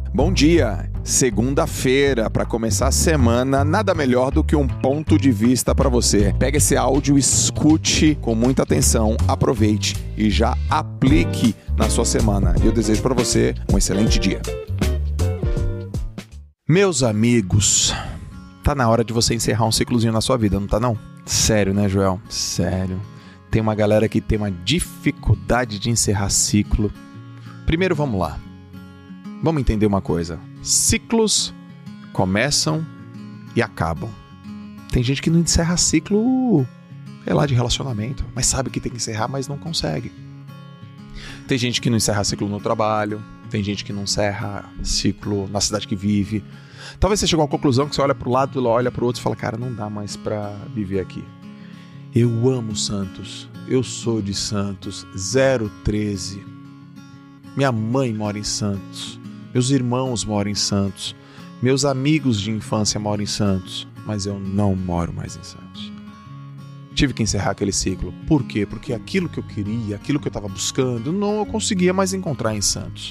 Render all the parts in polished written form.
Bom dia! Segunda-feira, para começar a semana, nada melhor do que um ponto de vista para você. Pega esse áudio, escute com muita atenção, aproveite e já aplique na sua semana. Eu desejo para você um excelente dia. Meus amigos, tá na hora de você encerrar um ciclozinho na sua vida, não tá não? Sério, né, Joel? Sério. Tem uma galera que tem uma dificuldade de encerrar ciclo. Primeiro, vamos lá. Vamos entender uma coisa. Ciclos começam e acabam. Tem gente que não encerra ciclo, sei lá, de relacionamento, mas sabe que tem que encerrar, mas não consegue. Tem gente que não encerra ciclo no trabalho, tem gente que não encerra ciclo na cidade que vive. Talvez você chegou à conclusão que você olha para o lado, olha para o outro e fala, cara, não dá mais para viver aqui. Eu amo Santos, eu sou de Santos, 013. Minha mãe mora em Santos. Meus irmãos moram em Santos, meus amigos de infância moram em Santos, mas eu não moro mais em Santos. Tive que encerrar aquele ciclo. Por quê? Porque aquilo que eu queria, aquilo que eu estava buscando, não eu conseguia mais encontrar em Santos.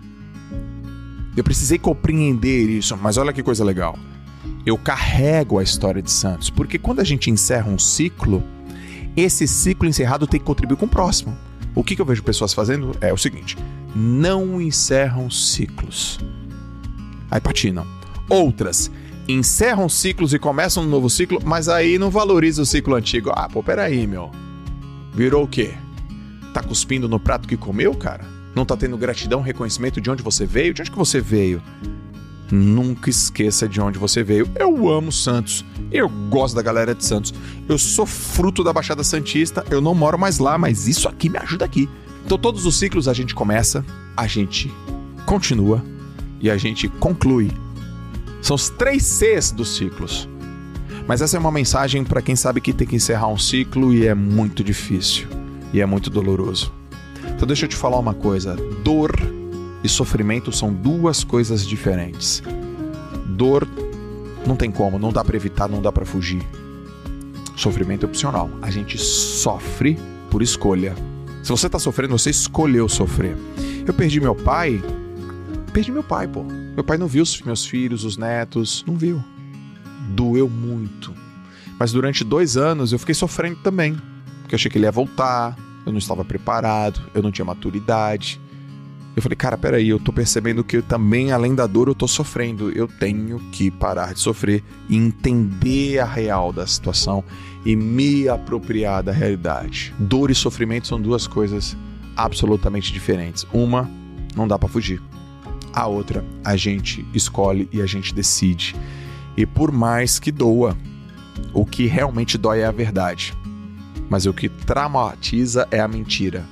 Eu precisei compreender isso, mas olha que coisa legal. Eu carrego a história de Santos, porque quando a gente encerra um ciclo, esse ciclo encerrado tem que contribuir com o próximo. O que eu vejo pessoas fazendo é o seguinte: não encerram ciclos. Aí patinam. Outras encerram ciclos e começam um novo ciclo, mas aí não valoriza o ciclo antigo. Ah, pô, peraí, meu. Virou o quê? Tá cuspindo no prato que comeu, cara? Não tá tendo gratidão, reconhecimento de onde você veio? De onde que você veio? Nunca esqueça de onde você veio. Eu amo Santos. Eu gosto da galera de Santos. Eu sou fruto da Baixada Santista. Eu não moro mais lá, mas isso aqui me ajuda aqui. Então todos os ciclos a gente começa, a gente continua e a gente conclui. São os 3 Cs dos ciclos. Mas essa é uma mensagem para quem sabe que tem que encerrar um ciclo e é muito difícil. E é muito doloroso. Então deixa eu te falar uma coisa. Dor e sofrimento são 2 coisas diferentes. Dor não tem como, não dá para evitar, não dá para fugir. Sofrimento é opcional. A gente sofre por escolha. Se você tá sofrendo, você escolheu sofrer. Eu perdi meu pai. Perdi meu pai, pô. Meu pai não viu os meus filhos, os netos. Não viu. Doeu muito. Mas durante 2 anos eu fiquei sofrendo também. Porque eu achei que ele ia voltar. Eu não estava preparado. Eu não tinha maturidade. Eu falei, cara, peraí, eu tô percebendo que eu também, além da dor, eu tô sofrendo. Eu tenho que parar de sofrer e entender a real da situação e me apropriar da realidade. Dor e sofrimento são 2 coisas absolutamente diferentes. Uma, não dá pra fugir. A outra, a gente escolhe e a gente decide. E por mais que doa, o que realmente dói é a verdade. Mas o que traumatiza é a mentira.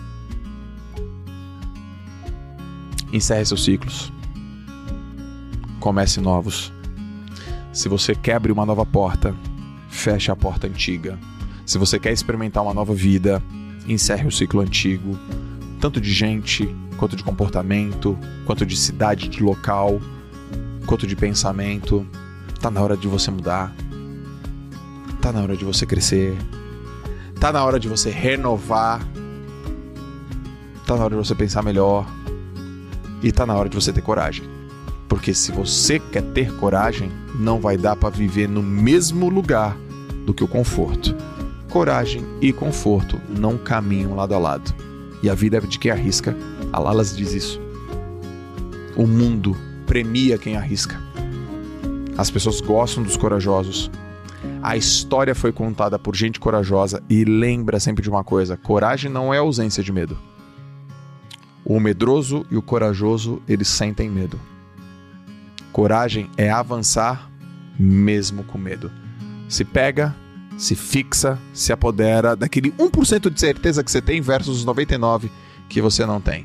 Encerre seus ciclos. Comece novos. Se você quer abrir uma nova porta, feche a porta antiga. Se você quer experimentar uma nova vida, encerre o ciclo antigo. Tanto de gente, quanto de comportamento, quanto de cidade, de local, quanto de pensamento. Tá na hora de você mudar. Tá na hora de você crescer. Tá na hora de você renovar. Tá na hora de você pensar melhor. E tá na hora de você ter coragem. Porque se você quer ter coragem, não vai dar para viver no mesmo lugar do que o conforto. Coragem e conforto não caminham lado a lado. E a vida é de quem arrisca. A Lalas diz isso. O mundo premia quem arrisca. As pessoas gostam dos corajosos. A história foi contada por gente corajosa e lembra sempre de uma coisa: coragem não é ausência de medo. O medroso e o corajoso, eles sentem medo. Coragem é avançar mesmo com medo. Se pega, se fixa, se apodera daquele 1% de certeza que você tem versus os 99% que você não tem.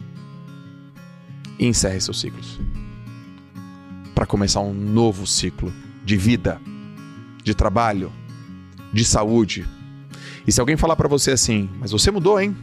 E encerre seus ciclos. Para começar um novo ciclo de vida, de trabalho, de saúde. E se alguém falar para você assim, mas você mudou, hein?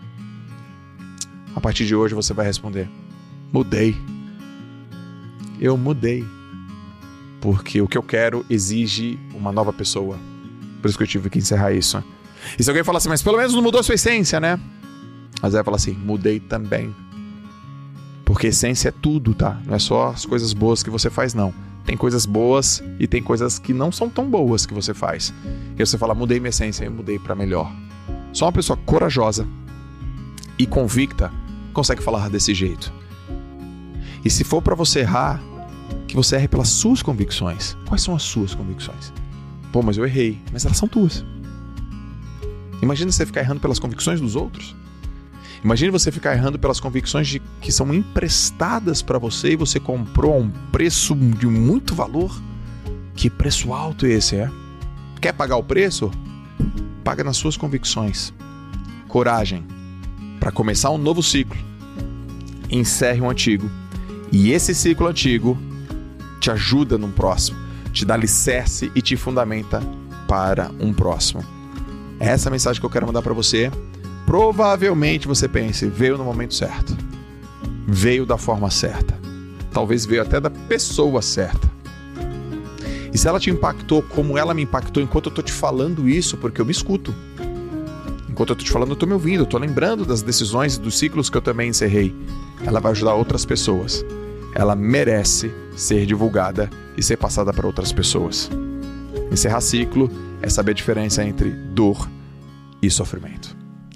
A partir de hoje você vai responder: mudei. Eu mudei. Porque o que eu quero exige uma nova pessoa. Por isso que eu tive que encerrar isso. E se alguém falar assim, mas pelo menos não mudou a sua essência, né? Mas aí fala assim, mudei também. Porque essência é tudo, tá? Não é só as coisas boas que você faz, não. Tem coisas boas e tem coisas que não são tão boas que você faz. E aí você fala, mudei minha essência, eu mudei para melhor. Só uma pessoa corajosa e convicta consegue falar desse jeito. E se for para você errar, que você erre pelas suas convicções. Quais são as suas convicções? Pô, mas eu errei. Mas elas são tuas. Imagina você ficar errando pelas convicções dos outros. Imagina você ficar errando pelas convicções que são emprestadas para você e você comprou a um preço de muito valor. Que preço alto esse é? Quer pagar o preço? Paga nas suas convicções. Coragem para começar um novo ciclo. Encerre um antigo. E esse ciclo antigo te ajuda num próximo. Te dá alicerce e te fundamenta para um próximo. Essa é a mensagem que eu quero mandar para você. Provavelmente você pense, veio no momento certo. Veio da forma certa. Talvez veio até da pessoa certa. E se ela te impactou como ela me impactou enquanto eu tô te falando isso, porque eu me escuto. Enquanto eu tô te falando, eu tô me ouvindo, eu tô lembrando das decisões e dos ciclos que eu também encerrei. Ela vai ajudar outras pessoas. Ela merece ser divulgada e ser passada para outras pessoas. Encerrar ciclo é saber a diferença entre dor e sofrimento.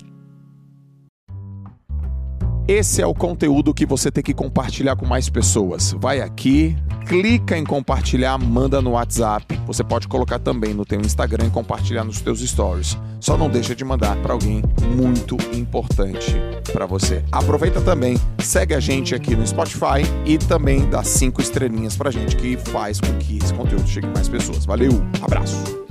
Esse é o conteúdo que você tem que compartilhar com mais pessoas. Vai aqui, clica em compartilhar, manda no WhatsApp. Você pode colocar também no teu Instagram e compartilhar nos teus stories. Só não deixa de mandar para alguém muito importante para você. Aproveita também, segue a gente aqui no Spotify e também dá 5 estrelinhas pra gente, que faz com que esse conteúdo chegue a mais pessoas. Valeu, abraço!